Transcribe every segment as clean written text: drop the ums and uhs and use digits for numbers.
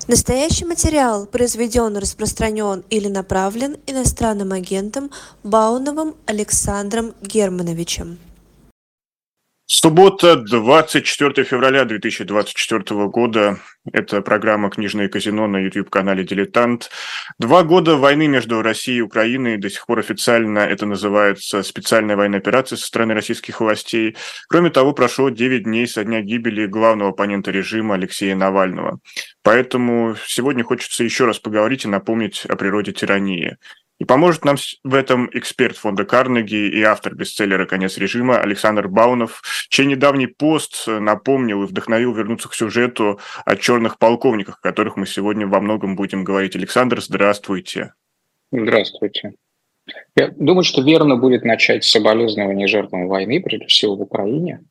Настоящий материал произведен, распространен или направлен иностранным агентом Бауновым Александром Германовичем. Суббота, 24 февраля 2024 года. Это программа «Книжное казино» на YouTube-канале «Дилетант». 2 года войны между Россией и Украиной. До сих пор официально это называется специальная военная операция со стороны российских властей. Кроме того, прошло 9 дней со дня гибели главного оппонента режима Алексея Навального. Поэтому сегодня хочется еще раз поговорить и напомнить о природе тирании. И поможет нам в этом эксперт фонда Карнеги и автор бестселлера «Конец режима» Александр Баунов, чей недавний пост напомнил и вдохновил вернуться к сюжету о черных полковниках, о которых мы сегодня во многом будем говорить. Александр, здравствуйте. Здравствуйте. Я думаю, что верно будет начать с соболезнования жертвам войны, прежде всего в Украине.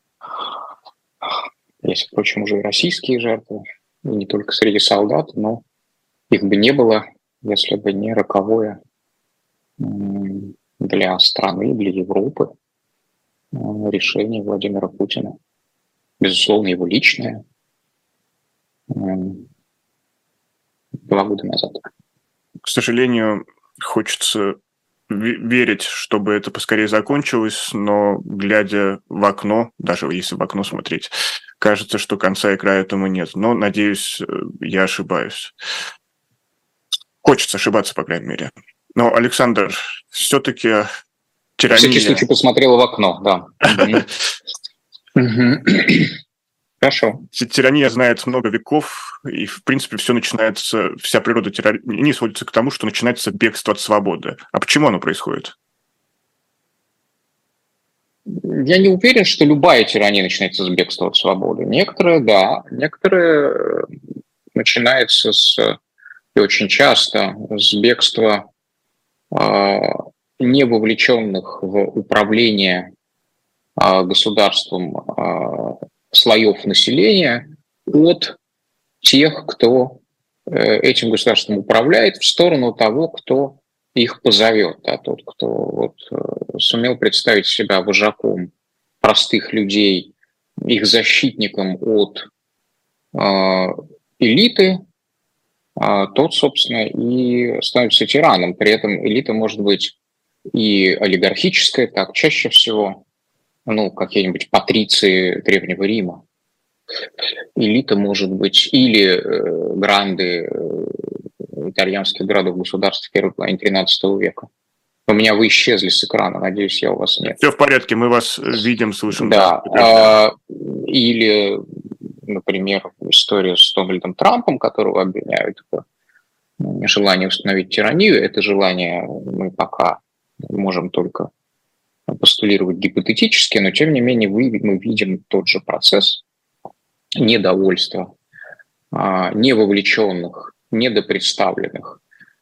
Есть, впрочем, уже и российские жертвы, и не только среди солдат, но их бы не было, если бы не роковое для страны, для Европы решение Владимира Путина. Безусловно, его личное. 2 года назад. К сожалению, хочется верить, чтобы это поскорее закончилось, но, глядя в окно, даже если в окно смотреть, кажется, что конца и края этому нет. Но, надеюсь, я ошибаюсь. Хочется ошибаться, по крайней мере. Но, Александр, все-таки тирания... В всякий случай посмотрел в окно, да. Хорошо. Тирания знает много веков, и, в принципе, все начинается, вся природа тирании сводится к тому, что начинается бегство от свободы. А почему оно происходит? Я не уверен, что любая тирания начинается с бегства от свободы. Некоторые, да, некоторые начинаются и очень часто с бегства не вовлеченных в управление государством слоев населения от тех, кто этим государством управляет, в сторону того, кто их позовет, да, тот, кто сумел представить себя вожаком простых людей, их защитником от элиты, тот, собственно, и становится тираном. При этом элита может быть и олигархическая, так чаще всего, какие-нибудь патриции Древнего Рима. Элита может быть или гранды итальянских городов-государств в первой половине XIII века. У меня вы исчезли с экрана, надеюсь, я у вас нет. Все в порядке, мы вас видим, слышим. Да. Или, например, история с Дональдом Трампом, которого обвиняют в желании установить тиранию. Это желание мы пока можем только постулировать гипотетически, но тем не менее мы видим тот же процесс недовольства невовлеченных, недопредставленных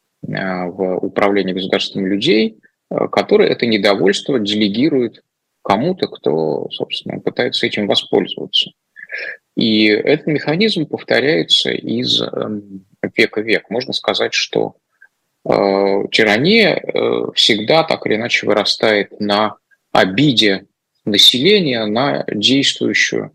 в управлении государством людей, которые это недовольство делегируют кому-то, кто, собственно, пытается этим воспользоваться. И этот механизм повторяется из века в век. Можно сказать, что тирания всегда так или иначе вырастает на обиде населения на действующую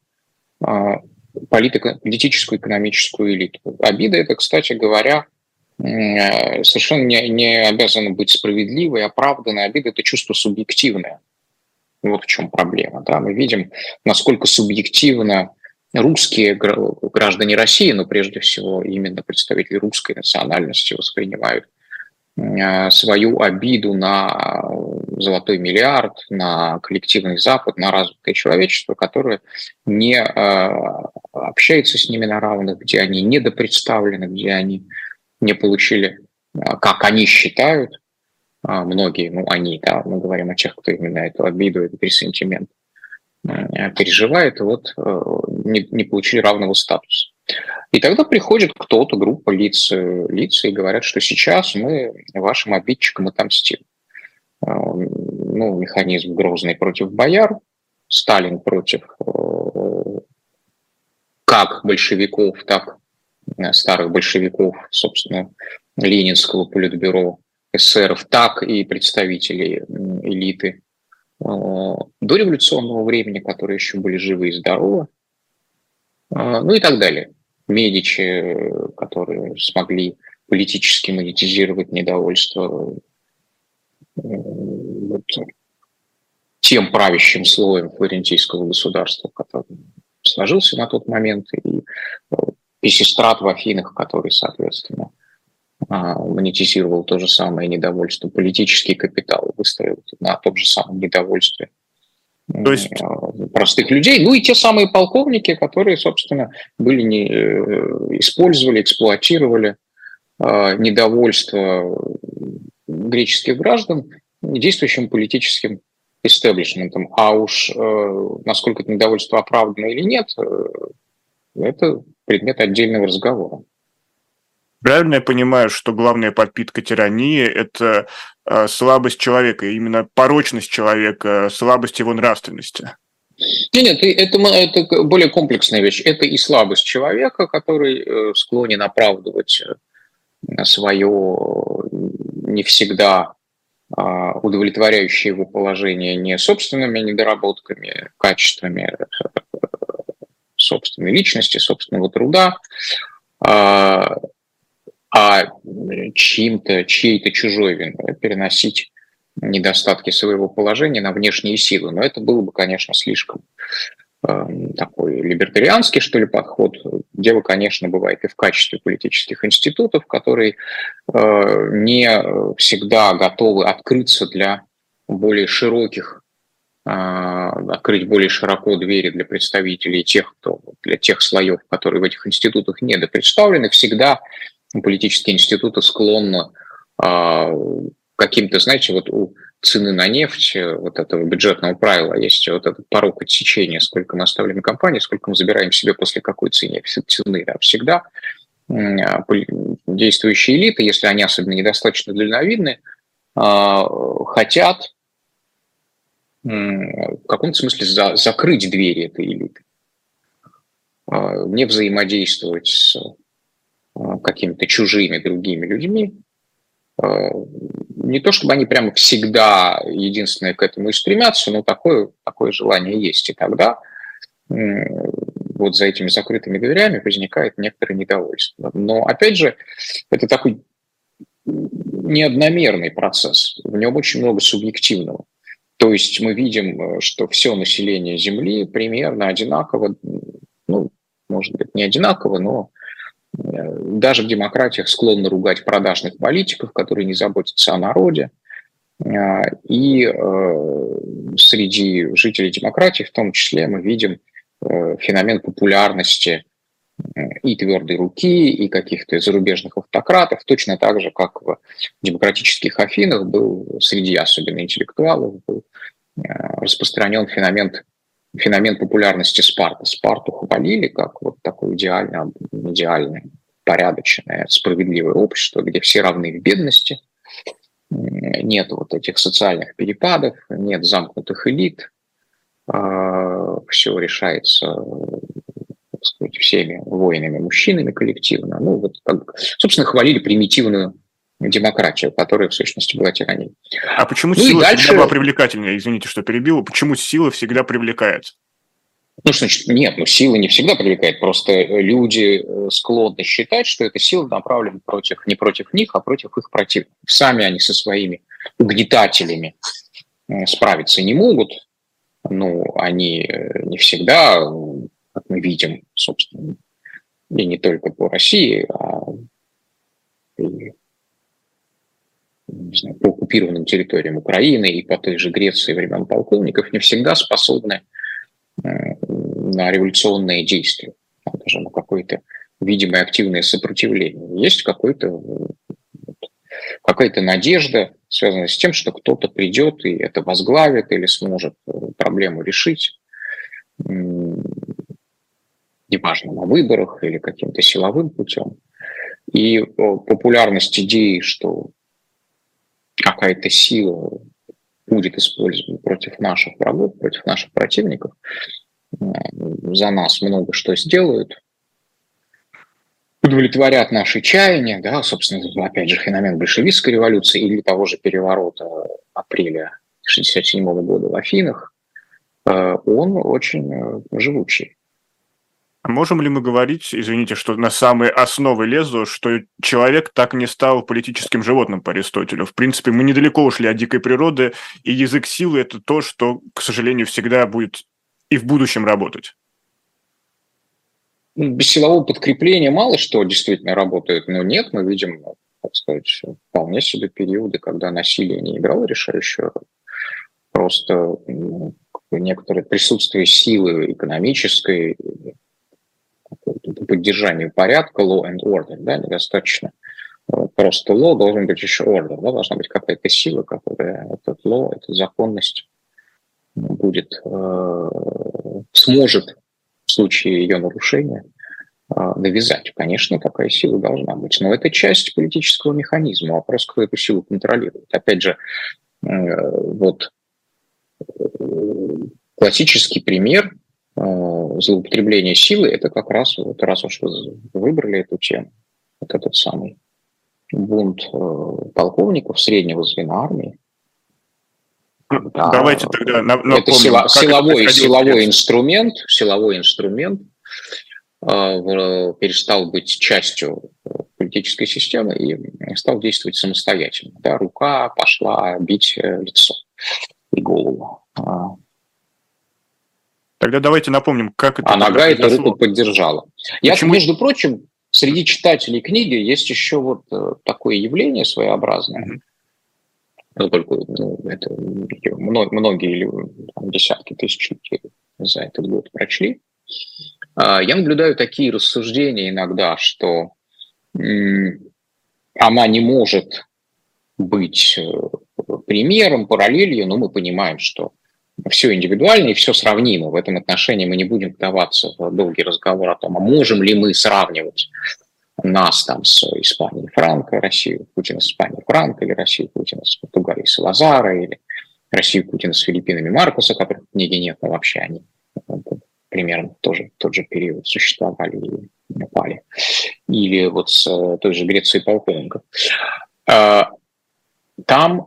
политическую, экономическую элиту. Обида это, кстати говоря, совершенно не обязана быть справедливой, оправданной. Обида – это чувство субъективное. Вот в чем проблема. Да? Мы видим, насколько субъективно русские граждане России, но прежде всего именно представители русской национальности воспринимают свою обиду на золотой миллиард, на коллективный Запад, на развитое человечество, которое не общается с ними на равных, где они недопредставлены, где они не получили, как они считают, многие, они, да, мы говорим о тех, кто именно эту обиду, этот ресентимент переживает, не получили равного статуса. И тогда приходит кто-то, группа лиц и говорят, что сейчас мы вашим обидчикам отомстим. Механизм Грозный против бояр, Сталин против как большевиков, так старых большевиков, собственно, Ленинского политбюро, эсеров, так и представителей элиты дореволюционного времени, которые еще были живы и здоровы, и так далее. Медичи, которые смогли политически монетизировать недовольство тем правящим слоем флорентийского государства, который сложился на тот момент, и Писистрат в Афинах, который, соответственно, монетизировал то же самое недовольство, политический капитал выстроил на том же самом недовольстве То есть простых людей, ну и те самые полковники, которые, собственно, использовали, эксплуатировали недовольство греческих граждан действующим политическим истеблишментом. А уж насколько это недовольство оправдано или нет, это предмет отдельного разговора. правильно я понимаю, что главная подпитка тирании – это слабость человека, именно порочность человека, слабость его нравственности? Нет, это более комплексная вещь. Это и слабость человека, который склонен оправдывать свое не всегда удовлетворяющее его положение не собственными недоработками, качествами собственной личности, собственного труда, а чьей-то чужой виной, переносить недостатки своего положения на внешние силы. Но это было бы, конечно, слишком такой либертарианский, что ли, подход. Дело, конечно, бывает и в качестве политических институтов, которые не всегда готовы открыться для более широких, открыть более широко двери для представителей для тех слоев, которые в этих институтах недопредставлены. Всегда политические институты склонны каким-то, знаете, вот у цены на нефть, вот этого бюджетного правила, есть вот этот порог отсечения, сколько мы оставляем компании, сколько мы забираем себе после какой цены. Да, всегда действующие элиты, если они особенно недостаточно дальновидны, хотят в каком-то смысле закрыть двери этой элиты, не взаимодействовать с какими-то чужими другими людьми. Не то чтобы они прямо всегда единственные к этому и стремятся, но такое желание есть. И тогда вот за этими закрытыми дверями возникает некоторое недовольство. Но, опять же, это такой неодномерный процесс. В нем очень много субъективного. То есть мы видим, что все население Земли примерно одинаково, ну, может быть, не одинаково, но даже в демократиях склонны ругать продажных политиков, которые не заботятся о народе. И среди жителей демократии в том числе мы видим феномен популярности и твердой руки, и каких-то зарубежных автократов, точно так же, как в демократических Афинах был среди особенно интеллектуалов был распространен феномен популярности Спарты. Спарту хвалили как вот такое идеальное, порядочное, справедливое общество, где все равны в бедности, нет вот этих социальных перепадов, нет замкнутых элит, все решается, так сказать, всеми воинами, мужчинами коллективно. Ну, вот, собственно, хвалили примитивную демократию, которая в сущности была тиранией. А почему сила всегда была привлекательнее? Извините, что перебил. Почему сила всегда привлекает? Ну, значит, нет, сила не всегда привлекает. Просто люди склонны считать, что эта сила направлена не против них, а против их противников. Сами они со своими угнетателями справиться не могут. Ну, они не всегда, как мы видим, собственно, и не только по России, а и, не знаю, по оккупированным территориям Украины и по той же Греции времен полковников, не всегда способны на революционные действия, даже на какое-то видимое активное сопротивление. Есть какая-то надежда, связанная с тем, что кто-то придет и это возглавит или сможет проблему решить, неважно, на выборах или каким-то силовым путем. И популярность идеи, что какая-то сила будет использована против наших врагов, против наших противников, за нас много что сделают, удовлетворят наши чаяния, да, собственно, опять же, феномен большевистской революции или того же переворота апреля 1967 года в Афинах, он очень живучий. А можем ли мы говорить, извините, что на самые основы лезу, что человек так не стал политическим животным по Аристотелю? В принципе, мы недалеко ушли от дикой природы, и язык силы – это то, что, к сожалению, всегда будет и в будущем работать. Без силового подкрепления мало что действительно работает, но нет, мы видим, так сказать, вполне себе периоды, когда насилие не играло решающую роль. Просто некоторое присутствие силы экономической, поддержанию порядка, law and order, да, недостаточно просто law, должен быть еще order, да, должна быть какая-то сила, которая этот law, эту законность будет, сможет в случае ее нарушения навязать. Конечно, такая сила должна быть, но это часть политического механизма. Вопрос, кто эту силу контролирует. Опять же, вот классический пример злоупотребления силы, это как раз, вот раз уж вы выбрали эту тему, вот этот самый бунт полковников среднего звена армии. Давайте тогда напомним, это силовой инструмент перестал быть частью политической системы и стал действовать самостоятельно. Да, рука пошла бить лицо и голову. Тогда давайте напомним, как это... А нога эту руку поддержала. Почему? Между прочим, среди читателей книги есть еще вот такое явление своеобразное. Поскольку это многие десятки тысяч людей за этот год прочли. Я наблюдаю такие рассуждения иногда, что она не может быть примером, параллелью, но мы понимаем, что все индивидуально и все сравнимо. В этом отношении мы не будем вдаваться в долгий разговор о том, а можем ли мы сравнивать нас там с Испанией Франко, Россию Путина с Испанией Франко, или Россию Путина с Португалией Салазара, или Россию Путина с Филиппинами Маркоса, которых в книге нет, но вообще они примерно тоже тот же период существовали и напали. Или вот с той же Грецией полковников. Там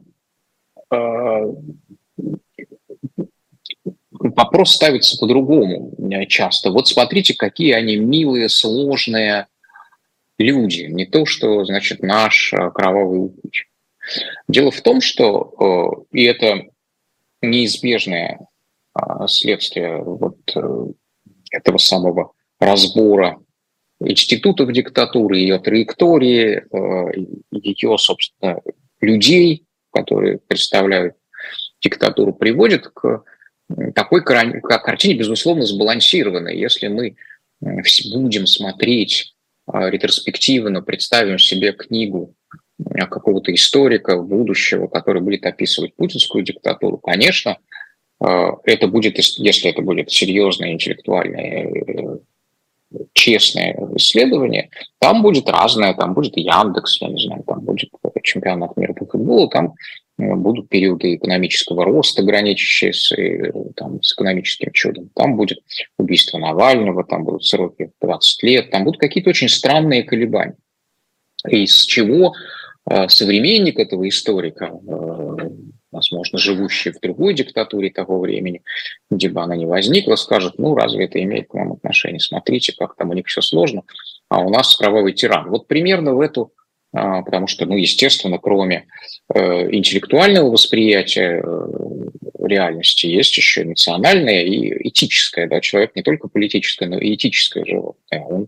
вопрос ставится по-другому часто. Вот смотрите, какие они милые, сложные люди. Не то, что, значит, наш кровавый упыч. Дело в том, что, и это неизбежное следствие вот этого самого разбора институтов диктатуры, ее траектории, ее, собственно, людей, которые представляют диктатуру, приводит к такой картине, безусловно, сбалансированной. Если мы будем смотреть ретроспективно, представим себе книгу какого-то историка будущего, который будет описывать путинскую диктатуру, конечно, это будет, если это будет серьезное, интеллектуальное, честное исследование, там будет разное, там будет Яндекс, я не знаю, там будет чемпионат мира по футболу, там будут периоды экономического роста, граничащие с экономическим чудом. Там будет убийство Навального, там будут сроки 20 лет, там будут какие-то очень странные колебания. Из чего современник этого историка, возможно, живущий в другой диктатуре того времени, где бы она ни возникла, скажет, ну, разве это имеет к нам отношение? Смотрите, как там у них все сложно, а у нас кровавый тиран. Вот примерно в эту, потому что, ну, естественно, кроме интеллектуального восприятия реальности, есть еще национальное и этическое. Да? Человек не только политическое, но и этическое животное. Он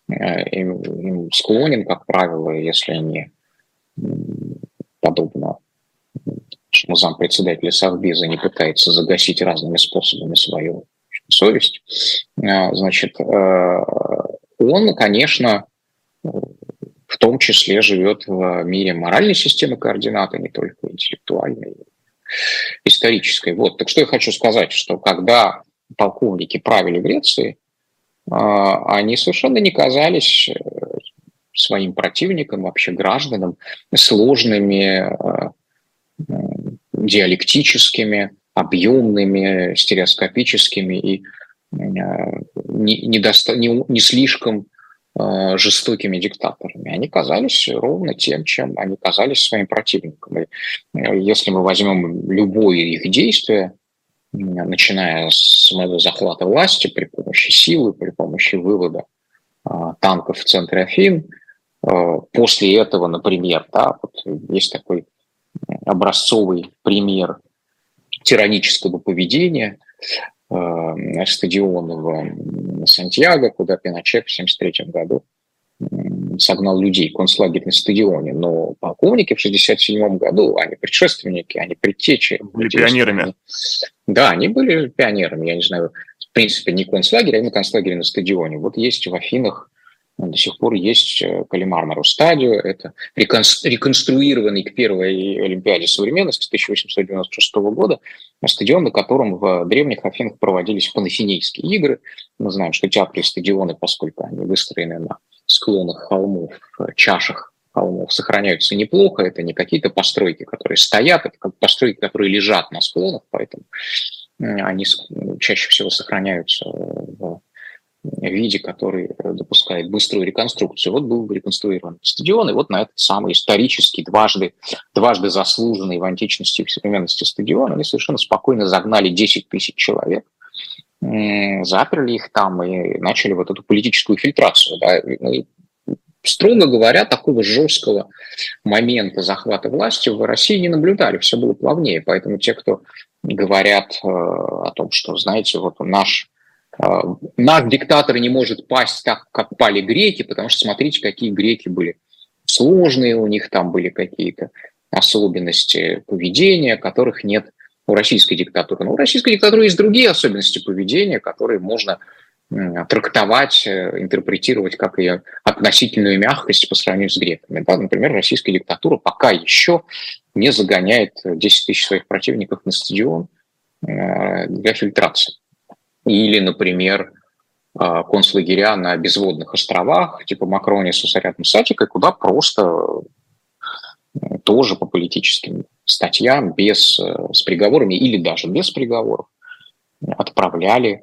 им склонен, как правило, если не подобно нашему зампредседателя Совбеза не пытается загасить разными способами свою совесть, значит, он, конечно, в том числе живет в мире моральной системы координат, а не только интеллектуальной, исторической. Вот. Так что я хочу сказать, что когда полковники правили Грецией, они совершенно не казались своим противникам, вообще гражданам, сложными, диалектическими, объемными, стереоскопическими и не слишком жестокими диктаторами. Они казались ровно тем, чем они казались своим противникам. И если мы возьмем любое их действие, начиная с захвата власти при помощи силы, при помощи вывода танков в центре Афин. После этого, например, да, вот есть такой образцовый пример тиранического поведения стадиона в Сантьяго, куда Пиночет в 1973 году согнал людей, концлагерь на стадионе. Но полковники в 1967 году, они предшественники, они предтечи. Были пионерами. Да, они были пионерами, я не знаю, в принципе, не концлагерь, а именно концлагерь на стадионе. Вот есть в Афинах, до сих пор есть Калимар Стадио, это реконструированный к первой Олимпиаде современности 1896 года стадион, на котором в древних Афинах проводились панафинейские игры. Мы знаем, что театры и стадионы, поскольку они выстроены на склонах холмов, чашах холмов, сохраняются неплохо. Это не какие-то постройки, которые стоят, это как постройки, которые лежат на склонах, поэтому они чаще всего сохраняются в виде, который допускает быструю реконструкцию. Вот был реконструирован стадион, и вот на этот самый исторический, дважды заслуженный в античности и в современности стадион они совершенно спокойно загнали 10 тысяч человек, заперли их там и начали вот эту политическую фильтрацию. Да. И, строго говоря, такого жесткого момента захвата власти в России не наблюдали, все было плавнее. Поэтому те, кто говорят о том, что, знаете, вот наш диктатор не может пасть так, как пали греки, потому что смотрите, какие греки были сложные, у них там были какие-то особенности поведения, которых нет у российской диктатуры. Но у российской диктатуры есть другие особенности поведения, которые можно трактовать, интерпретировать как ее относительную мягкость по сравнению с греками. Да, например, российская диктатура пока еще не загоняет 10 тысяч своих противников на стадион для фильтрации. Или, например, концлагеря на безводных островах, типа Макрониса с рядом с Аттикой, куда просто тоже по политическим статьям с приговорами или даже без приговоров отправляли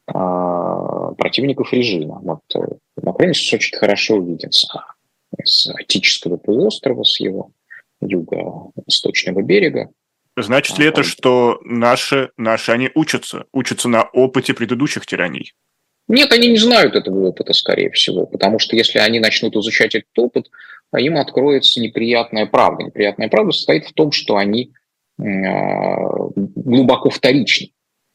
противников режима. Вот Макронис очень хорошо виден с Аттического полуострова, с его юго-восточного берега. Значит ли это, что наши они учатся на опыте предыдущих тираний? Нет, они не знают этого опыта, скорее всего, потому что если они начнут изучать этот опыт, им откроется неприятная правда. Неприятная правда состоит в том, что они глубоко вторичны.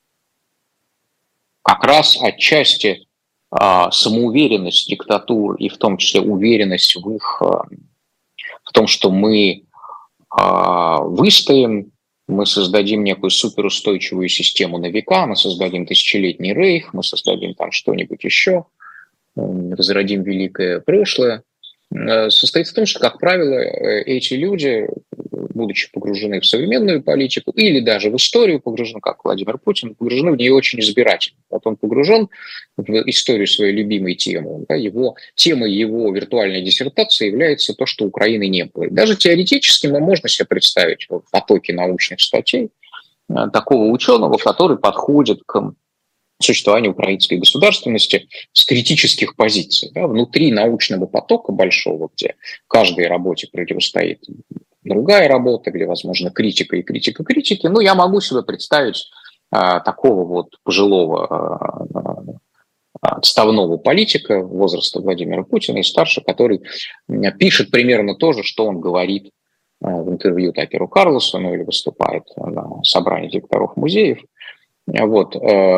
Как раз отчасти самоуверенность диктатур и в том числе уверенность в том, что мы выстоим, мы создадим некую суперустойчивую систему на века, мы создадим тысячелетний рейх, мы создадим там что-нибудь еще, возродим великое прошлое, состоит в том, что, как правило, эти люди, будучи погружены в современную политику или даже в историю погружены, как Владимир Путин, погружены в нее очень избирательно. Вот он погружен в историю своей любимой темы. Да, темой его виртуальной диссертации является то, что Украины не было. Даже теоретически можно себе представить в потоке научных статей такого ученого, который подходит к существованию украинской государственности с критических позиций. Да, внутри научного потока большого, где каждой работе противостоит другая работа, где, возможно, критика и критика критики. Ну, я могу себе представить такого вот пожилого отставного политика возраста Владимира Путина и старше, который пишет примерно то же, что он говорит в интервью Такеру Карлсону или выступает на собрании директоров музеев. Вот.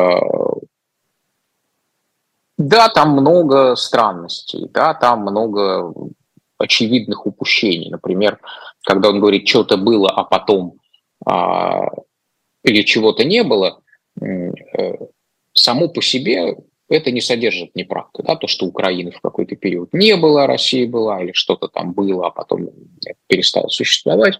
Да, там много странностей, да, там много очевидных упущений. Например, когда он говорит, что-то было, а потом или чего-то не было, само по себе это не содержит неправды. Да? То, что Украины в какой-то период не было, а Россия была, или что-то там было, а потом перестало существовать.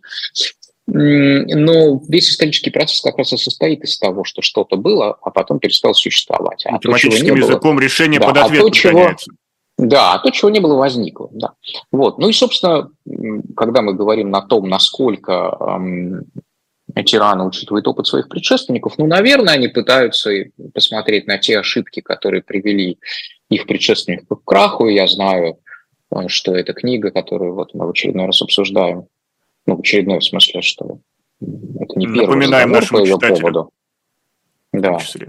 Но весь исторический процесс как раз и состоит из того, что что-то было, а потом перестало существовать. А математическим языком решение под ответ подгоняется. Да, а то, чего не было, возникло. Да. Вот. Ну и, собственно, когда мы говорим о том, насколько тираны учитывают опыт своих предшественников, ну, наверное, они пытаются посмотреть на те ошибки, которые привели их предшественников к краху. И я знаю, что эта книга, которую вот мы в очередной раз обсуждаем, ну, в очередной в смысле, что это не первый разговор по ее поводу. в том числе.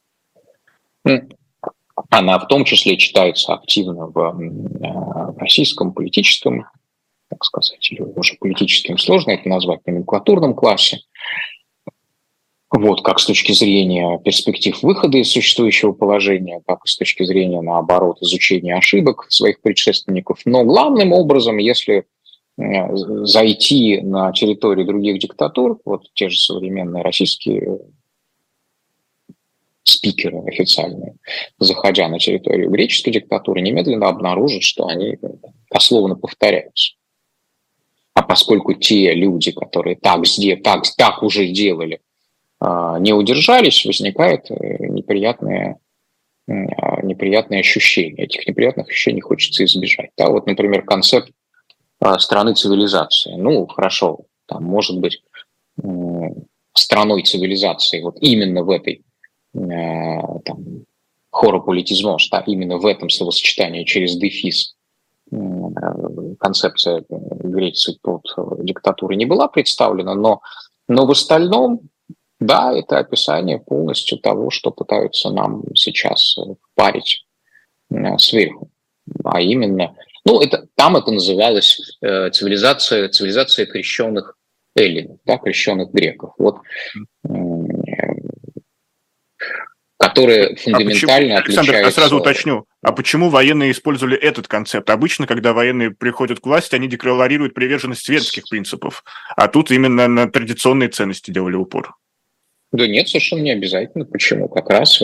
Она в том числе читается активно в российском политическом, так сказать, или уже политическим сложно это назвать, номенклатурном классе. Вот, как с точки зрения перспектив выхода из существующего положения, так и с точки зрения, наоборот, изучения ошибок своих предшественников. Но главным образом, если зайти на территорию других диктатур, вот те же современные российские спикеры официальные, заходя на территорию греческой диктатуры, немедленно обнаружат, что они дословно повторяются. А поскольку те люди, которые так уже делали, не удержались, возникает неприятные ощущения. Этих неприятных ощущений хочется избежать. Да, вот, например, концепт страны цивилизации. Ну, хорошо, там, может быть, страной цивилизации вот именно в этой хорополитизмос, да, именно в этом словосочетании через дефис концепция Греции под диктатурой не была представлена, но в остальном, да, это описание полностью того, что пытаются нам сейчас впарить сверху. А именно, там это называлось цивилизация крещенных эллинов, да, крещенных греков. Вот, которые фундаментально отличаются... Александр, я сразу уточню. А почему военные использовали этот концепт? Обычно, когда военные приходят к власти, они декларируют приверженность светских принципов, а тут именно на традиционные ценности делали упор. Да нет, совершенно не обязательно. Почему? Как раз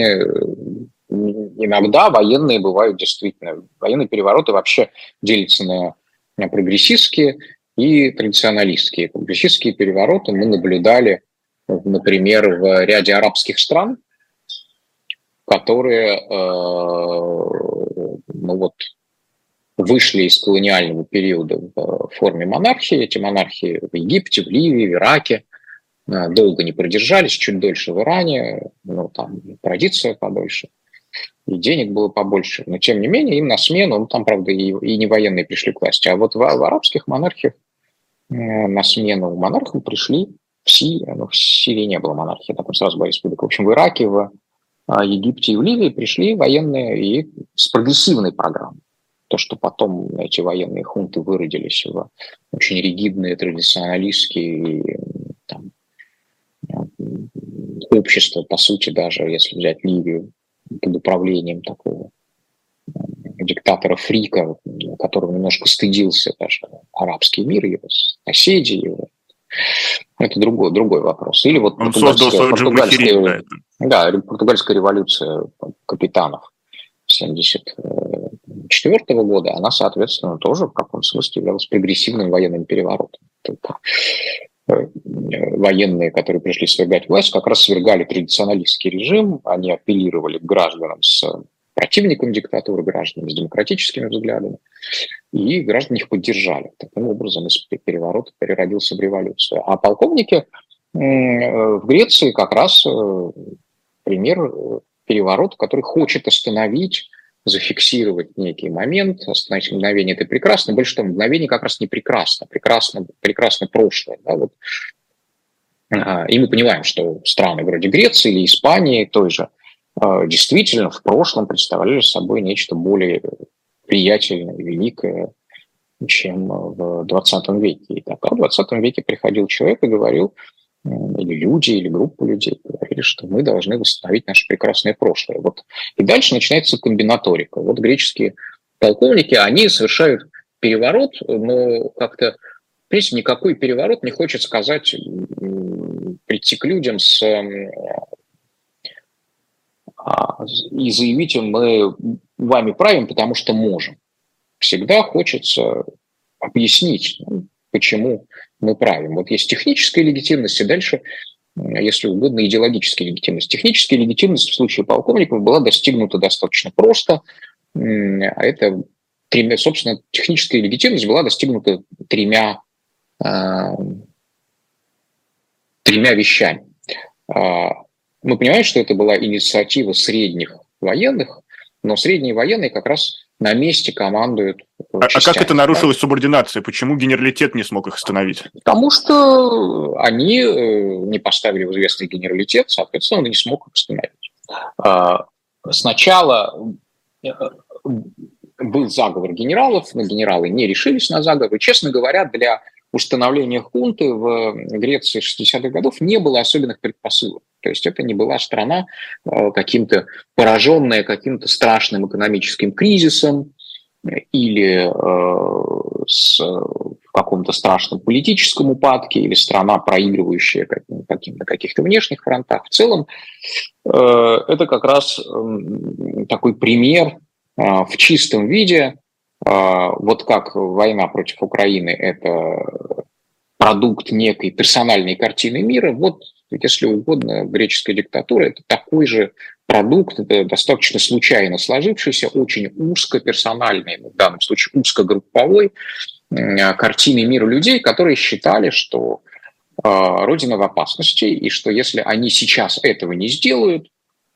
иногда военные бывают действительно... Военные перевороты вообще делятся на прогрессистские и традиционалистские. Прогрессистские перевороты мы наблюдали, например, в ряде арабских стран, которые вышли из колониального периода в форме монархии. Эти монархии в Египте, в Ливии, в Ираке долго не продержались, чуть дольше в Иране, там традиция подольше, и денег было побольше. Но, тем не менее, им на смену, там, правда, и не военные пришли к власти, а вот в арабских монархиях на смену монархам пришли в Сирии не было монархии, там сразу Борис Пудик. В общем, в Ираке, в Египте и в Ливии пришли военные и с прогрессивной программой. То, что потом эти военные хунты выродились в очень ригидные, традиционалистские общества, по сути, даже если взять Ливию под управлением такого диктатора-фрика, которого немножко стыдился даже арабский мир, его соседи, его. Это другой вопрос. Или вот португальская революция капитанов 1974 года, она, соответственно, тоже в каком смысле являлась прогрессивным военным переворотом. Военные, которые пришли свергать власть, как раз свергали традиционалистский режим, они апеллировали к гражданам с противником диктатуры, гражданам с демократическими взглядами, и граждане их поддержали. Таким образом, из переворота переродился в революцию. А полковники в Греции как раз пример переворота, который хочет остановить, зафиксировать некий момент, остановить мгновение. Это прекрасно. Больше того, мгновение как раз не прекрасно. Прекрасно прошлое. Да, вот. И мы понимаем, что страны вроде Греции или Испании той же действительно в прошлом представляли собой нечто более влиятельное, великое, чем в 20 веке. И тогда в 20 веке приходил человек и говорил, или люди, или группа людей говорили, что мы должны восстановить наше прекрасное прошлое. Вот. И дальше начинается комбинаторика. Вот греческие полковники, они совершают переворот, но как-то, в принципе, никакой переворот не хочет сказать, прийти к людям и заявить им, мы вами правим, потому что можем. Всегда хочется объяснить, почему мы правим. Вот есть техническая легитимность, и дальше, если угодно, идеологическая легитимность. Техническая легитимность в случае полковников была достигнута достаточно просто. А это, собственно, техническая легитимность была достигнута тремя вещами. Мы понимаем, что это была инициатива средних военных, но средние военные как раз на месте командуют А частями. как это нарушилась субординация? Почему генералитет не смог их остановить? Потому что они не поставили в известный генералитет, соответственно, он не смог их остановить. Сначала был заговор генералов, но генералы не решились на заговор. И, честно говоря, для установления хунты в Греции 60-х годов не было особенных предпосылок. То есть это не была страна, каким-то пораженная каким-то страшным экономическим кризисом или в каком-то страшном политическом упадке, или страна, проигрывающая на каких-то внешних фронтах. В целом это как раз такой пример в чистом виде. Вот как война против Украины – это продукт некой персональной картины мира, вот, если угодно, греческая диктатура – это такой же продукт, это достаточно случайно сложившийся, очень узкоперсональный, в данном случае узкогрупповой, картины мира людей, которые считали, что Родина в опасности, и что если они сейчас этого не сделают,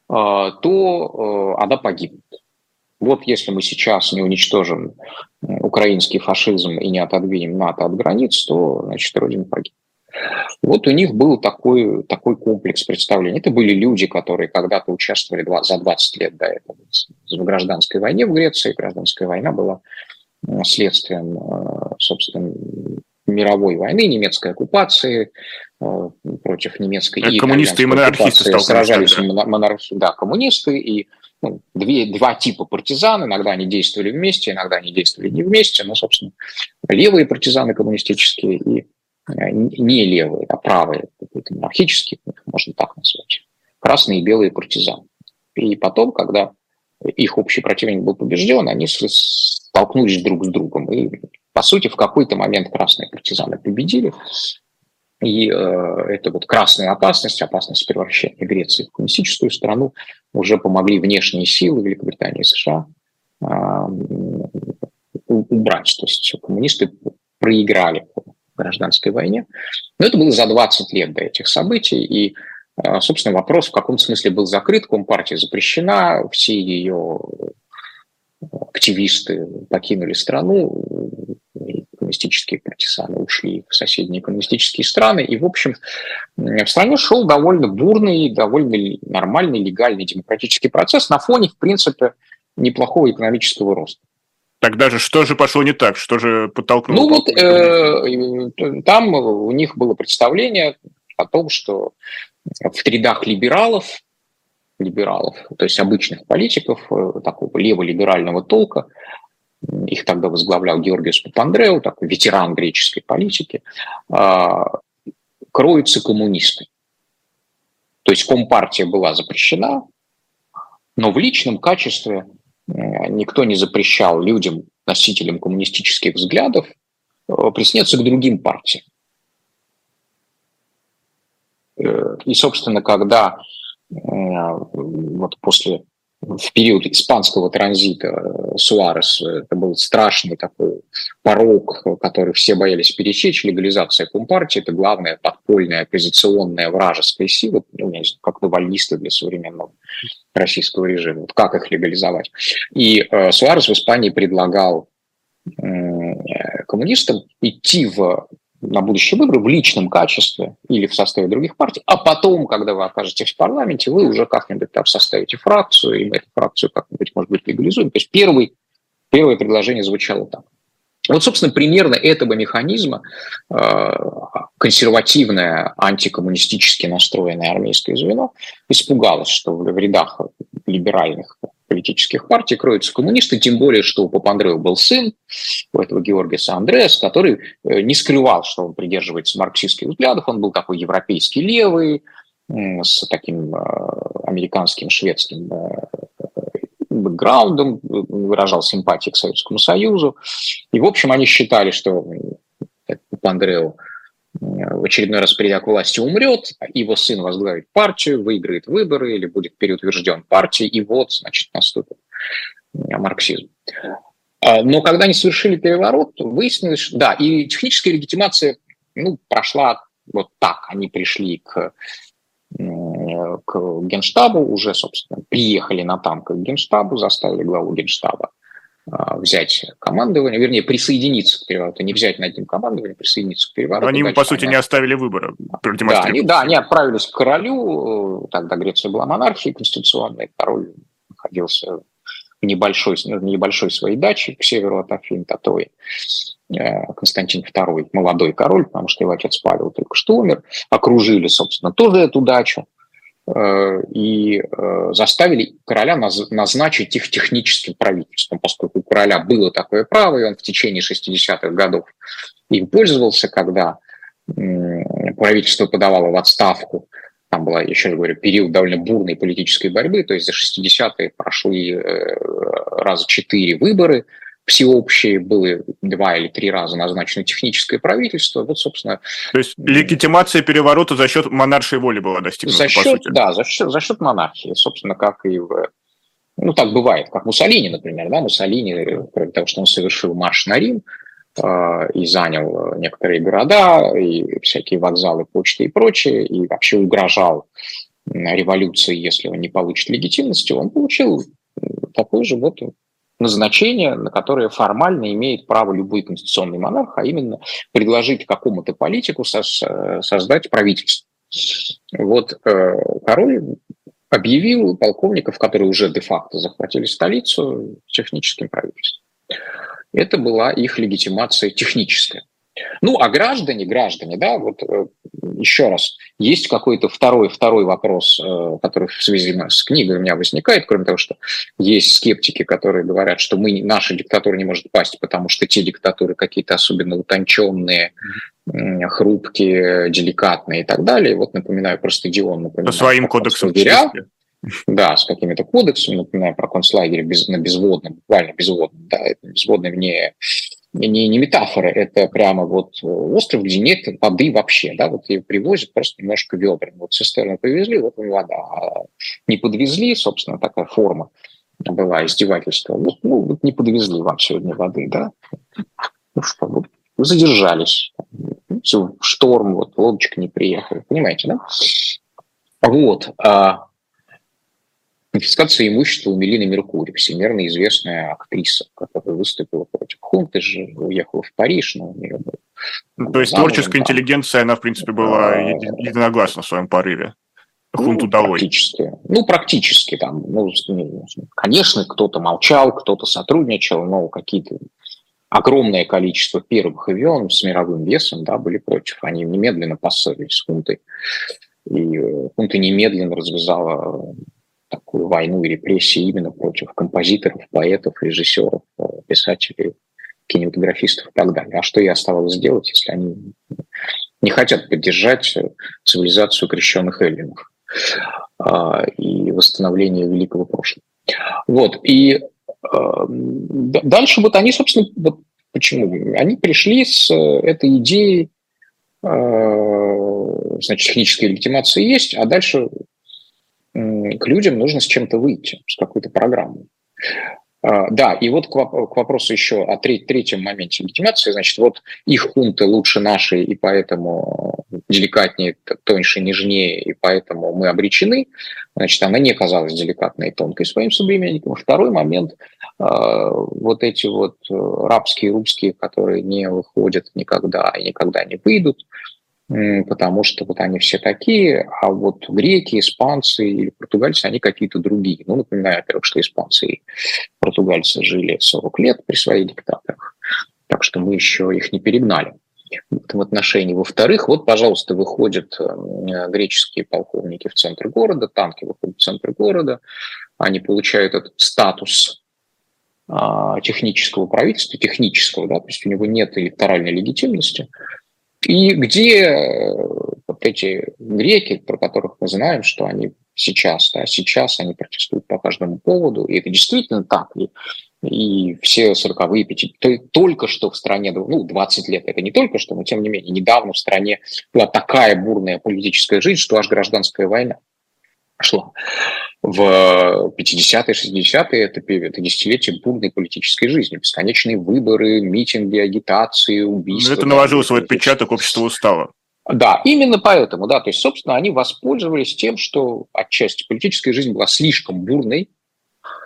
то она погибнет. Вот если мы сейчас не уничтожим украинский фашизм и не отодвинем НАТО от границ, то, значит, Родина погибнет. Вот у них был такой комплекс представлений. Это были люди, которые когда-то участвовали за 20 лет до этого в гражданской войне в Греции. Гражданская война была следствием, собственно, мировой войны, немецкой оккупации, против немецкой и коммунисты и монархисты сражались коммунисты и два типа партизан. Иногда они действовали вместе, иногда они действовали не вместе. Но, собственно, левые партизаны коммунистические и не левые, а правые, какие-то монархические, можно так назвать. Красные и белые партизаны. И потом, когда их общий противник был побежден, они столкнулись друг с другом. И, по сути, в какой-то момент красные партизаны победили. И это вот красная опасность превращения Греции в коммунистическую страну уже помогли внешние силы Великобритании и США убрать. То есть коммунисты проиграли в гражданской войне. Но это было за 20 лет до этих событий. И, собственно, вопрос в каком смысле был закрыт. Компартия запрещена, все ее активисты покинули страну, коммунистические партизаны ушли в соседние коммунистические страны. И, в общем, в стране шел довольно бурный, довольно нормальный, легальный демократический процесс на фоне, в принципе, неплохого экономического роста. Тогда же что же пошло не так? Что же подтолкнуло? Ну вот там у них было представление о том, что в рядах либералов, то есть обычных политиков, такого леволиберального толка, их тогда возглавлял Георгиос Папандреou, такой ветеран греческой политики, кроются коммунисты. То есть компартия была запрещена, но в личном качестве никто не запрещал людям, носителям коммунистических взглядов, присоединяться к другим партиям. И, собственно, когда вот в период испанского транзита Суарес, это был страшный такой порог, который все боялись пересечь, легализация компартии, это главная подпольная оппозиционная вражеская сила, не знаю, как навальнисты для современного российского режима, вот как их легализовать. И Суарес в Испании предлагал коммунистам идти на будущие выборы в личном качестве или в составе других партий, а потом, когда вы окажетесь в парламенте, вы уже как-нибудь там составите фракцию, и мы эту фракцию как-нибудь, может быть, легализуем. То есть первое предложение звучало так. Вот, собственно, примерно этого механизма консервативное, антикоммунистически настроенное армейское звено испугалось, что в рядах либеральных политических партий кроются коммунисты, тем более, что у Папандреou был сын, у этого Георгиоса Андреас, который не скрывал, что он придерживается марксистских взглядов, он был такой европейский левый, с таким американским, шведским бэкграундом, выражал симпатии к Советскому Союзу. И, в общем, они считали, что Папандреou в очередной раз, придя к власти, умрет, его сын возглавит партию, выиграет выборы или будет переутвержден партией, и вот, значит, наступит марксизм. Но когда они совершили переворот, выяснилось, что да, и техническая легитимация прошла вот так. Они пришли к Генштабу, уже, собственно, приехали на танках к Генштабу, заставили главу Генштаба взять командование, вернее, присоединиться к перевороту, не взять над ним командование, присоединиться к перевороту. Они ему, по сути, не оставили выбора. Они отправились к королю, тогда Греция была монархией конституционной, король находился в небольшой своей даче к северу от Афин, Татой. Константин II, молодой король, потому что его отец Павел только что умер, окружили, собственно, тоже эту дачу и заставили короля назначить их техническим правительством, поскольку у короля было такое право, и он в течение 60-х годов им пользовался, когда правительство подавало в отставку. Там был, еще раз говорю, период довольно бурной политической борьбы, то есть за 60-е прошли раза 4 выборы, всеобщие, было 2 или 3 раза назначено техническое правительство. Вот, собственно... То есть легитимация переворота за счет монаршей воли была достигнута, по сути? Да, за счет монархии, собственно, как и в... Ну, так бывает, как Муссолини, например. Да? Муссолини, кроме того, что он совершил марш на Рим и занял некоторые города, и всякие вокзалы, почты и прочее, и вообще угрожал революции, если он не получит легитимности, он получил такой же вот назначение, на которое формально имеет право любой конституционный монарх, а именно предложить какому-то политику создать правительство. Вот король объявил полковников, которые уже де-факто захватили столицу, техническим правительством. Это была их легитимация техническая. Ну, а граждане, да, вот еще раз, есть какой-то второй вопрос, который в связи с книгой у меня возникает, кроме того, что есть скептики, которые говорят, что наша диктатура не может пасть, потому что те диктатуры какие-то особенно утонченные, хрупкие, деликатные и так далее. Вот напоминаю про стадион. По своим кодексам. Да, с какими-то кодексами, напоминаю про концлагерь на безводном, буквально безводном, да, это безводный не метафора, это прямо вот остров, где нет воды вообще, да, вот ее привозят просто немножко ведрами. Вот цистерну повезли, вот вам вода. А не подвезли, собственно, такая форма была издевательства. Вот не подвезли вам сегодня воды, да. Ну что, вот задержались. Все, шторм, вот лодочка не приехала. Понимаете, да? Вот. Конфискация имущества у Мелины Меркури, всемирно известная актриса, которая выступила против хунты, же уехала в Париж, но у нее был... То есть творческая интеллигенция, она, в принципе, была единогласна в своем порыве. Хунту долой. Практически. Там, конечно, кто-то молчал, кто-то сотрудничал, но какие-то огромное количество первых имен с мировым весом, да, были против. Они немедленно поссорились с хунтой. И хунта немедленно развязала такую войну и репрессии именно против композиторов, поэтов, режиссеров, писателей, кинематографистов и так далее. А что ей оставалось делать, если они не хотят поддержать цивилизацию крещенных эллинов и восстановление великого прошлого? Вот. И дальше вот они, собственно, вот почему? Они пришли с этой идеей, значит, техническая легитимация есть, а дальше к людям нужно с чем-то выйти, с какой-то программой. Да, и вот к вопросу еще о третьем моменте легитимации. Значит, вот их хунты лучше нашей, и поэтому деликатнее, тоньше, нежнее, и поэтому мы обречены. Значит, она не казалась деликатной и тонкой своим современникам. Второй момент, вот эти вот рабские русские, которые не выходят никогда и никогда не выйдут, потому что вот они все такие, а вот греки, испанцы или португальцы, они какие-то другие. Ну, напоминаю, во-первых, что испанцы и португальцы жили 40 лет при своих диктаторах, так что мы еще их не перегнали в этом отношении. Во-вторых, вот, пожалуйста, выходят греческие полковники в центр города, танки выходят в центр города, они получают этот статус технического правительства, да, то есть у него нет электоральной легитимности. И где вот эти греки, про которых мы знаем, что они сейчас они протестуют по каждому поводу, и это действительно так, и все 40-е, только что в стране, 20 лет, это не только что, но тем не менее, недавно в стране была такая бурная политическая жизнь, что аж гражданская война шла. В 50-е, 60-е это десятилетие бурной политической жизни, бесконечные выборы, митинги, агитации, убийства. Но это наложило свой отпечаток, общество устало. Да, именно поэтому, да, то есть, собственно, они воспользовались тем, что отчасти политическая жизнь была слишком бурной,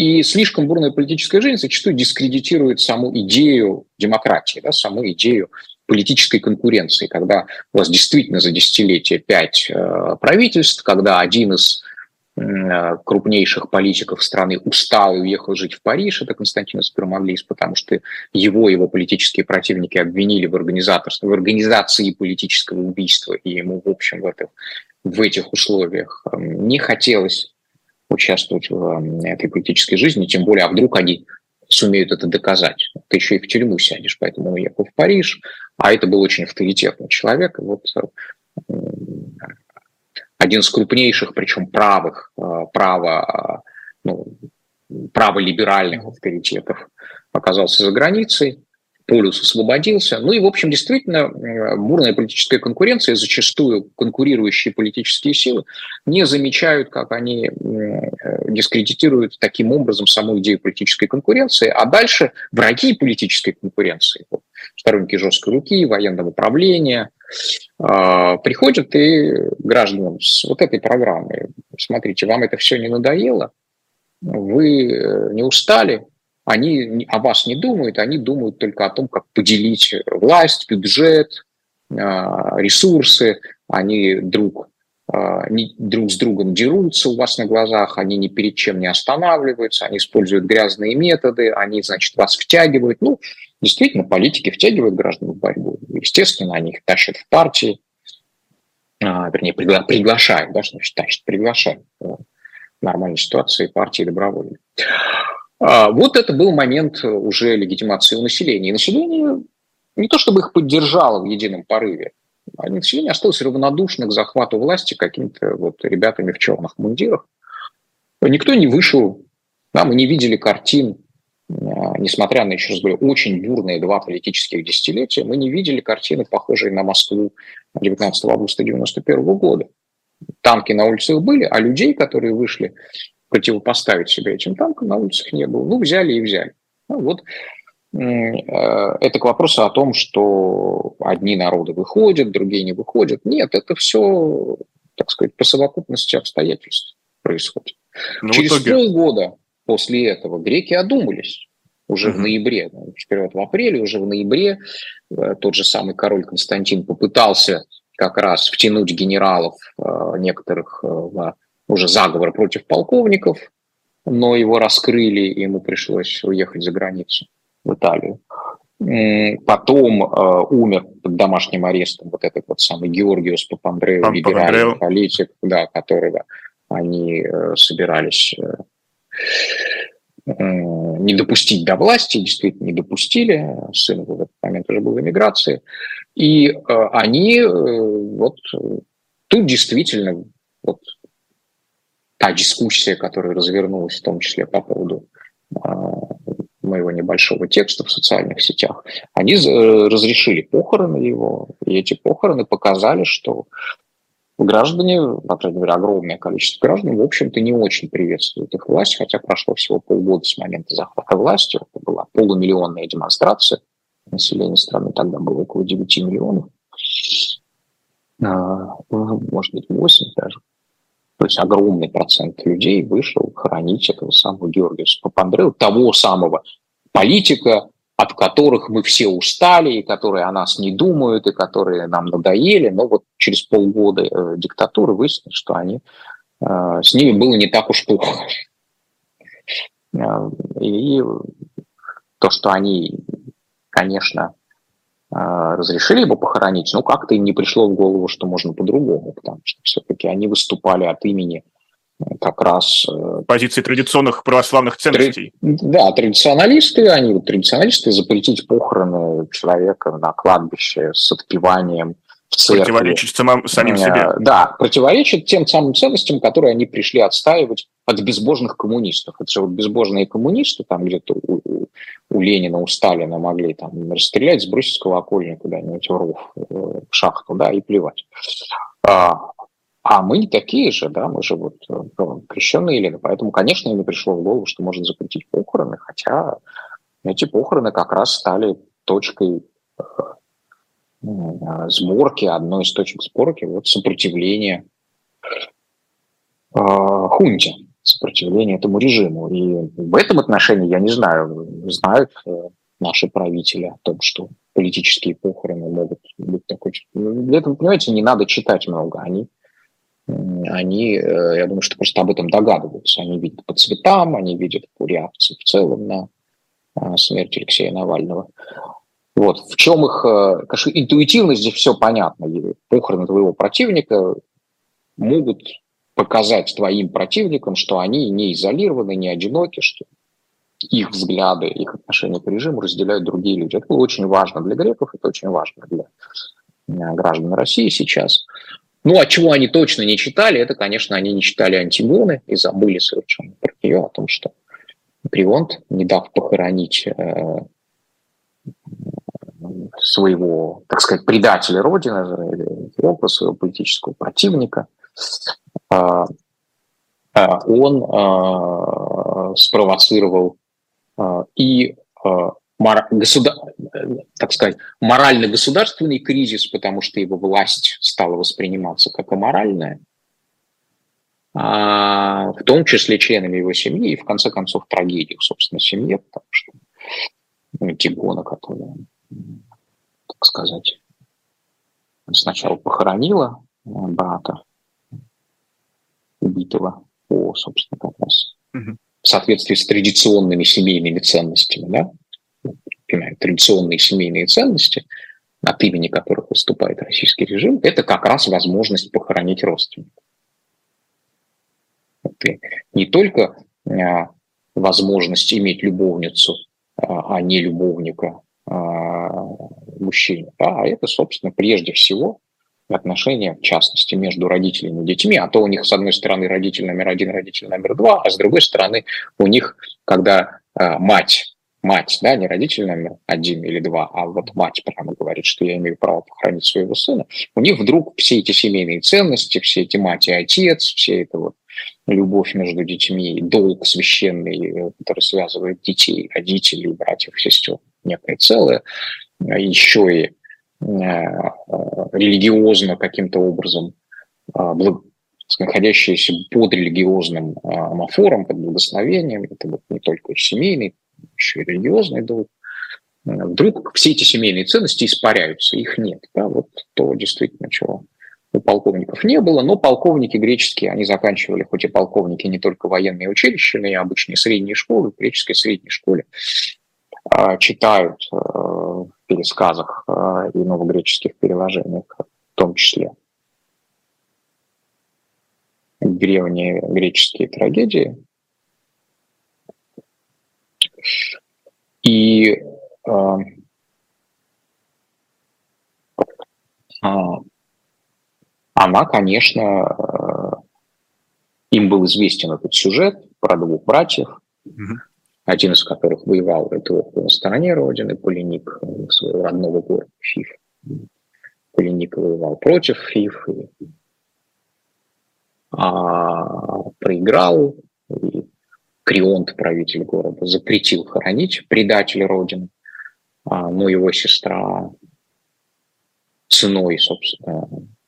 И слишком бурная политическая жизнь зачастую дискредитирует саму идею демократии, да, саму идею политической конкуренции, когда у вас действительно за десятилетие 5 правительств, когда один из крупнейших политиков страны устал и уехал жить в Париж, это Константинос Караманлис, потому что его политические противники обвинили в организации политического убийства, и ему, в общем, в этих условиях не хотелось участвовать в этой политической жизни, тем более, а вдруг они сумеют это доказать. Ты еще и в тюрьму сядешь, поэтому он уехал в Париж, а это был очень авторитетный человек. Вот один из крупнейших, причем праволиберальных авторитетов оказался за границей, полюс освободился. Ну и, в общем, действительно, бурная политическая конкуренция, зачастую конкурирующие политические силы не замечают, как они дискредитируют таким образом саму идею политической конкуренции, а дальше враги политической конкуренции, сторонники жесткой руки, военного управления, приходят и гражданам с вот этой программой: смотрите, вам это все не надоело, вы не устали, они о вас не думают, они думают только о том, как поделить власть, бюджет, ресурсы, они друг с другом дерутся у вас на глазах, они ни перед чем не останавливаются, они используют грязные методы, они, значит, вас втягивают. Ну, действительно, политики втягивают граждан в борьбу. Естественно, они их тащат в партии, вернее, приглашают, да, что значит тащат, приглашают в нормальной ситуации партии добровольно. Вот это был момент уже легитимации у населения. И население не то чтобы их поддержало в едином порыве, а население осталось равнодушно к захвату власти какими-то вот ребятами в черных мундирах. Никто не вышел, да, мы не видели картин, несмотря на, еще раз говорю, очень бурные 2 политических десятилетия, мы не видели картины, похожие на Москву 19 августа 1991 года. Танки на улицах были, а людей, которые вышли противопоставить себя этим танкам, на улицах не было. Ну, взяли и взяли. Ну, вот это к вопросу о том, что одни народы выходят, другие не выходят. Нет, это все, так сказать, по совокупности обстоятельств происходит. Но через полгода после этого греки одумались. Уже в ноябре, вперед в апреле, уже в ноябре тот же самый король Константин попытался как раз втянуть генералов некоторых в уже заговор против полковников, но его раскрыли, и ему пришлось уехать за границу, в Италию. Потом умер под домашним арестом вот этот вот самый Георгиос Папандреou, либеральный политик, да, которого они собирались не допустить до власти, действительно не допустили. Сын в этот момент уже был в эмиграции. И они вот тут действительно вот та дискуссия, которая развернулась в том числе по поводу моего небольшого текста в социальных сетях, они разрешили похороны его, и эти похороны показали, что граждане, по крайней мере, огромное количество граждан, в общем-то, не очень приветствуют их власть, хотя прошло всего полгода с момента захвата власти. Это была полумиллионная демонстрация. Население страны тогда было около 9 миллионов. Может быть, 8 даже. То есть огромный процент людей вышел хоронить этого самого Георгиуса Папандреou, того самого политика, от которых мы все устали, и которые о нас не думают, и которые нам надоели. Но вот через полгода диктатуры выяснилось, что с ними было не так уж плохо. И то, что они, конечно, разрешили его похоронить, но как-то им не пришло в голову, что можно по-другому, потому что все-таки они выступали от имени как раз позиции традиционных православных ценностей. Да, традиционалисты запретить похороны человека на кладбище с отпеванием в церкви. Противоречит самим себе. Да, противоречит тем самым ценностям, которые они пришли отстаивать от безбожных коммунистов. Это же вот безбожные коммунисты, там где-то у Ленина, у Сталина могли там расстрелять, сбросить с колокольни куда-нибудь в ров, в шахту, да, и плевать. А мы не такие же, да, мы же вот крещенные Елены, поэтому, конечно, им не пришло в голову, что можно запретить похороны, хотя эти похороны как раз стали точкой сборки, одной из точек сборки вот сопротивления хунте сопротивление этому режиму. И в этом отношении, я не знаю, знают наши правители о том, что политические похороны могут быть такой... Для этого, понимаете, не надо читать много. Они, я думаю, что просто об этом догадываются. Они видят по цветам, они видят по реакции в целом на смерть Алексея Навального. Вот. В чем их... Конечно, интуитивно здесь все понятно. Похороны твоего противника могут показать твоим противникам, что они не изолированы, не одиноки, что их взгляды, их отношения к режиму разделяют другие люди. Это было очень важно для греков, это очень важно для граждан России сейчас. Ну, а чего они точно не читали, это, конечно, они не читали Антигоны и забыли совершенно про нее, о том, что Крионт, не дав похоронить своего, так сказать, предателя Родины, своего политического противника, он спровоцировал и так сказать, морально-государственный кризис, потому что его власть стала восприниматься как аморальная, в том числе членами его семьи, и в конце концов трагедию, собственно, семье, потому что Антигона, которая, так сказать, сначала похоронила брата убитого по, собственно, как раз в соответствии с традиционными семейными ценностями, да, традиционные семейные ценности, от имени которых выступает российский режим, это как раз возможность похоронить родственников. Это не только возможность иметь любовницу, а не любовника мужчине, да, а это, собственно, прежде всего отношения, в частности, между родителями и детьми, а то у них, с одной стороны, родитель номер один, родитель номер два, а с другой стороны, у них, когда мать, да, не родитель номер один или два, а вот мать прямо говорит, что я имею право похоронить своего сына, у них вдруг все эти семейные ценности, все эти мать и отец, все это вот любовь между детьми, долг священный, который связывает детей, родителей, братьев, сестер, некое целое, еще и религиозно каким-то образом, находящиеся под религиозным амофором, под благословением, это вот не только семейный, еще и религиозный долг, вдруг все эти семейные ценности испаряются, их нет. Да? Вот то действительно, чего у полковников не было, но полковники греческие, они заканчивали, хоть и полковники, не только военные училища, но и обычные средние школы, в греческой средней школе читают в пересказах и новогреческих переложениях, в том числе древние греческие трагедии. И она, конечно, им был известен этот сюжет про двух братьев, один из которых воевал на стороне Родины, Полиник, своего родного города Фив. Полиник воевал против Фив, проиграл, и Крионт, правитель города, запретил хоронить предателя Родины, но его сестра ценой, собственно,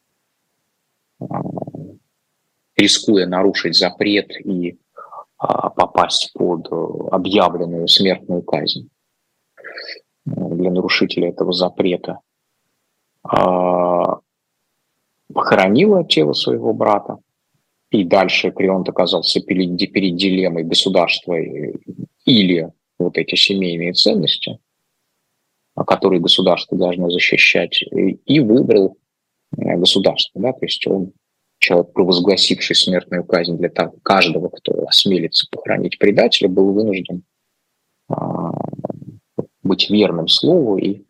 рискуя нарушить запрет и попасть под объявленную смертную казнь для нарушителя этого запрета, похоронила тело своего брата, и дальше Крионт оказался перед дилеммой государства или вот эти семейные ценности, которые государство должно защищать, и выбрал государство. Да? То есть он, человек, провозгласивший смертную казнь для каждого, кто осмелится похоронить предателя, был вынужден быть верным слову, и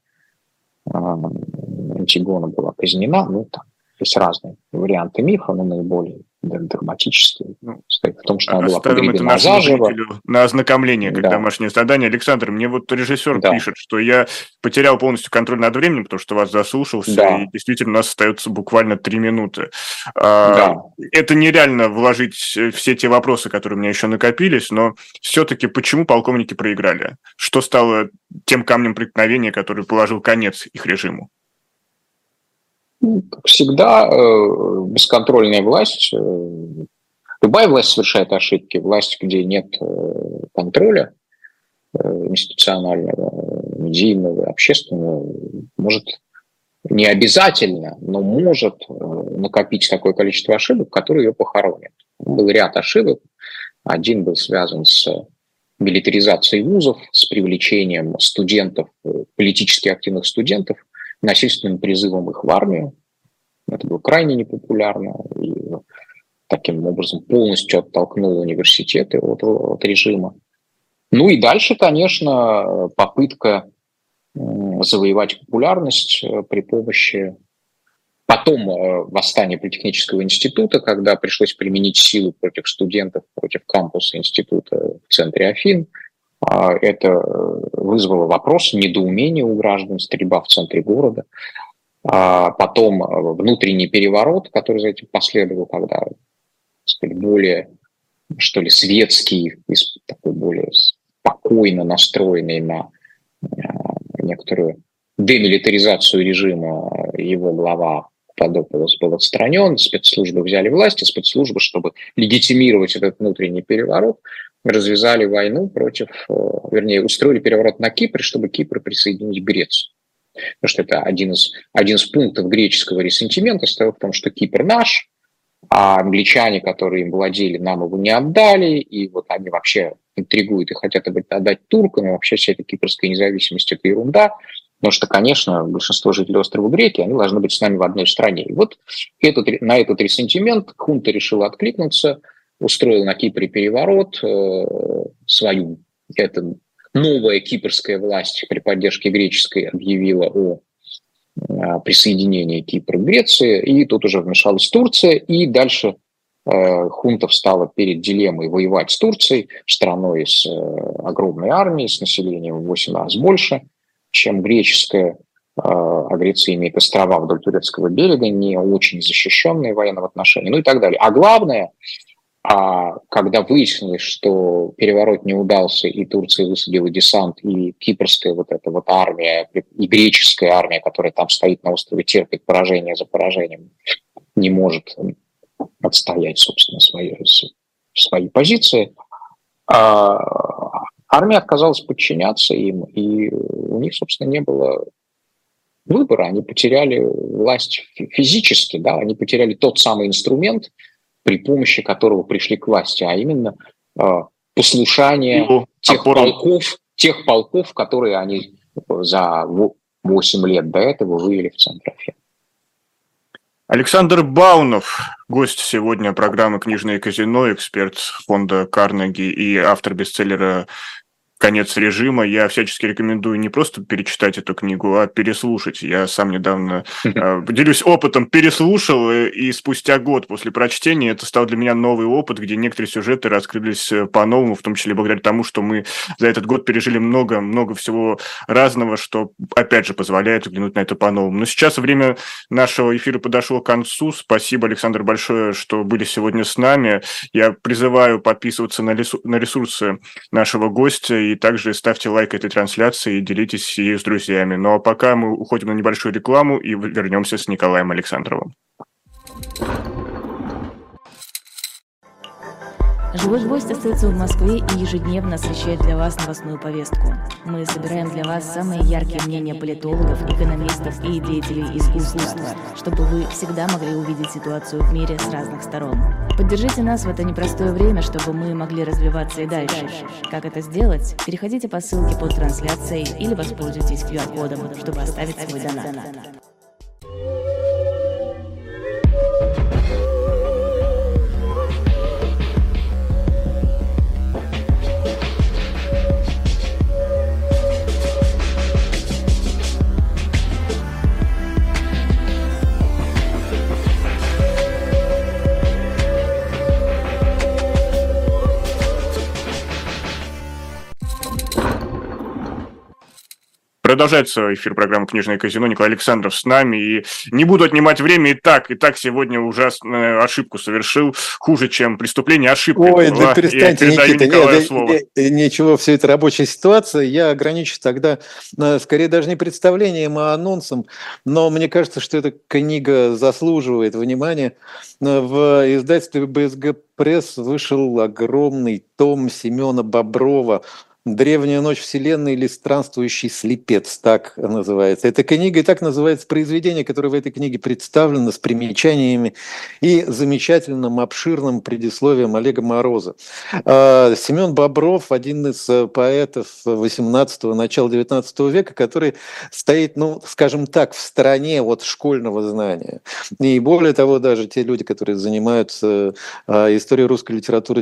Антигона была казнена. Ну, там есть разные варианты мифа, но наиболее драматические стоит в том, что она была погребена заживо. На ознакомление, как домашнее задание. Александр, мне вот режиссер пишет, что я потерял полностью контроль над временем, потому что вас заслушался, и действительно у нас остается буквально 3 минуты. Это нереально вложить все те вопросы, которые у меня еще накопились, но все-таки почему полковники проиграли? Что стало тем камнем преткновения, который положил конец их режиму? Как всегда, бесконтрольная власть Любая власть совершает ошибки. Власть, где нет контроля институционального, медийного, общественного, может не обязательно, но может накопить такое количество ошибок, которые ее похоронят. Был ряд ошибок. Один был связан с милитаризацией вузов, с привлечением студентов, политически активных студентов, насильственным призывом их в армию. Это было крайне непопулярно и таким образом полностью оттолкнуло университеты от режима. Ну и дальше, конечно, попытка завоевать популярность при помощи... Потом восстание Политехнического института, когда пришлось применить силу против студентов, против кампуса института в центре Афин. Это вызвало вопрос, недоумение у граждан, стрельба в центре города. Потом внутренний переворот, который за этим последовал, когда, так сказать, более, что ли, светский, такой более спокойно настроенный на некоторую демилитаризацию режима его глава Пападопулос был отстранен, спецслужбы взяли власть, и спецслужбы, чтобы легитимировать этот внутренний переворот, развязали войну против, вернее, устроили переворот на Кипре, чтобы Кипр присоединить к Греции. Потому что это один из пунктов греческого ресентимента состоял в том, что Кипр наш, а англичане, которые им владели, нам его не отдали, и вот они вообще интригуют и хотят отдать туркам, и вообще вся эта кипрская независимость – это ерунда. Потому что, конечно, большинство жителей острова Греки, они должны быть с нами в одной стране. И вот на этот ресентимент хунта решила откликнуться, устроила на Кипре переворот, свою, это новая кипрская власть при поддержке греческой объявила о присоединении Кипра к Греции, и тут уже вмешалась Турция, и дальше хунта встала перед дилеммой воевать с Турцией, страной с огромной армией, с населением в 8 раз больше, чем греческая, а Греция имеет острова вдоль турецкого берега, не очень защищенные в военном отношении, ну и так далее. А главное, когда выяснилось, что переворот не удался, и Турция высадила десант, и кипрская вот эта вот армия, и греческая армия, которая там стоит на острове, терпит поражение за поражением, не может отстоять, собственно, свои позиции, армия отказалась подчиняться им, и у них, собственно, не было выбора. Они потеряли власть физически, да, они потеряли тот самый инструмент, при помощи которого пришли к власти, а именно послушание тех полков, которые они за 8 лет до этого вывели в центр Афин. Александр Баунов, гость сегодня программы «Книжное казино», эксперт фонда Карнеги и автор бестселлера «Конец режима». Я всячески рекомендую не просто перечитать эту книгу, а переслушать. Я сам недавно делюсь опытом, переслушал, и спустя год после прочтения это стал для меня новый опыт, где некоторые сюжеты раскрылись по-новому, в том числе благодаря тому, что мы за этот год пережили много всего разного, что, опять же, позволяет взглянуть на это по-новому. Но сейчас время нашего эфира подошло к концу. Спасибо, Александр, большое, что были сегодня с нами. Я призываю подписываться на ресурсы нашего гостя, и также ставьте лайк этой трансляции и делитесь ею с друзьями. Ну а пока мы уходим на небольшую рекламу и вернемся с Николаем Александровым. «Живой гвоздь» остается в Москве и ежедневно освещает для вас новостную повестку. Мы собираем для вас самые яркие мнения политологов, экономистов и деятелей искусства, чтобы вы всегда могли увидеть ситуацию в мире с разных сторон. Поддержите нас в это непростое время, чтобы мы могли развиваться и дальше. Как это сделать? Переходите по ссылке под трансляцией или воспользуйтесь QR-кодом, чтобы оставить свой донат. Продолжается эфир программы «Книжное казино». Николай Александров с нами. И не буду отнимать время. И так сегодня ужасную ошибку совершил. Хуже, чем преступление, ошибка. Ой, да перестаньте, Никита. Ничего, все это рабочая ситуация. Я ограничусь тогда, скорее, даже не представлением, а анонсом. Но мне кажется, что эта книга заслуживает внимания. В издательстве БСГ Пресс вышел огромный том Семена Боброва «Древняя ночь Вселенной» или «Странствующий слепец», так называется. Эта книга и так называется произведение, которое в этой книге представлено с примечаниями и замечательным обширным предисловием Олега Мороза. Семен Бобров – один из поэтов 18-го, начала 19 века, который стоит, скажем так, в стороне от школьного знания. И более того, даже те люди, которые занимаются историей русской литературы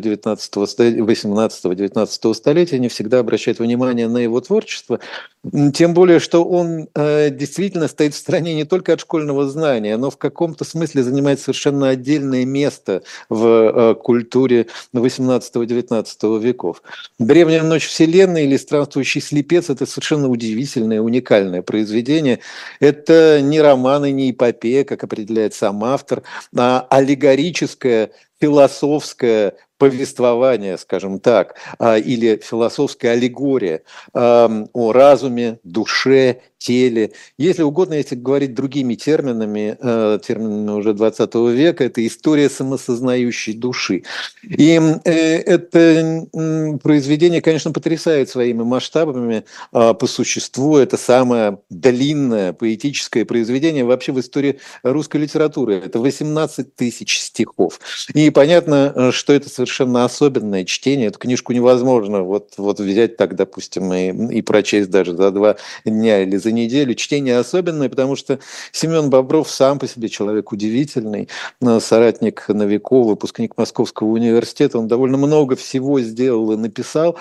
18-19 столетия, не всегда обращают внимание на его творчество, тем более, что он действительно стоит в стороне не только от школьного знания, но в каком-то смысле занимает совершенно отдельное место в культуре 18-19 веков. «Древняя ночь Вселенной» или «Странствующий слепец» – это совершенно удивительное, уникальное произведение. Это не роман и не эпопея, как определяет сам автор, а аллегорическое, философское повествование, скажем так, или философская аллегория о разуме, душе, теле. Если угодно, если говорить другими терминами уже 20 века, это история самосознающей души. И это произведение, конечно, потрясает своими масштабами по существу. Это самое длинное поэтическое произведение вообще в истории русской литературы. Это 18 тысяч стихов. И понятно, что это совершенно особенное чтение. Эту книжку невозможно вот взять так, допустим, и прочесть даже за 2 дня или за неделю. Чтение особенное, потому что Семен Бобров сам по себе человек удивительный, соратник Новикова, выпускник Московского университета. Он довольно много всего сделал и написал.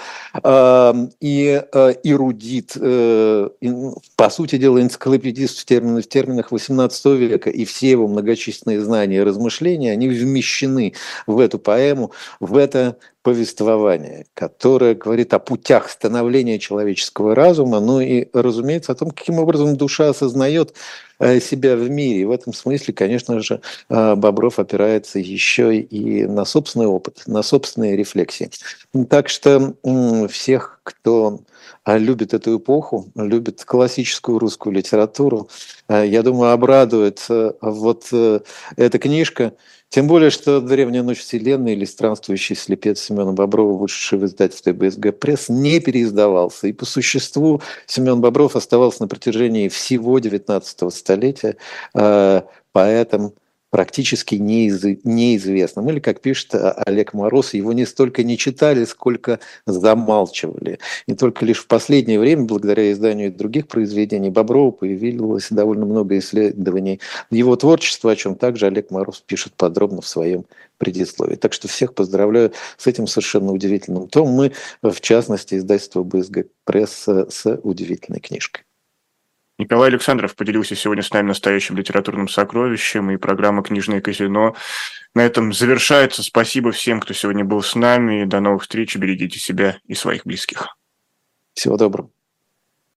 И эрудит, по сути дела, энциклопедист в терминах 18 века. И все его многочисленные знания и размышления, они вмещены в эту поэму, в это повествование, которое говорит о путях становления человеческого разума, и, разумеется, о том, каким образом душа осознает себя в мире. И в этом смысле, конечно же, Бобров опирается еще и на собственный опыт, на собственные рефлексии. Так что всех, кто любит эту эпоху, любит классическую русскую литературу, я думаю, обрадует эта книжка. Тем более, что «Древняя ночь Вселенной» или «Странствующий слепец» Семена Боброва, вышедший в издательстве БСГ Пресс, не переиздавался. И по существу Семен Бобров оставался на протяжении всего 19 столетия поэтом практически неизвестным. Или, как пишет Олег Мороз, его не столько не читали, сколько замалчивали. И только лишь в последнее время, благодаря изданию других произведений Боброва, появилось довольно много исследований его творчества, о чем также Олег Мороз пишет подробно в своем предисловии. Так что всех поздравляю с этим совершенно удивительным томом. Мы, в частности, издательство БСГ Пресс с удивительной книжкой. Николай Александров поделился сегодня с нами настоящим литературным сокровищем, и программа «Книжное казино» на этом завершается. Спасибо всем, кто сегодня был с нами. До новых встреч. Берегите себя и своих близких. Всего доброго.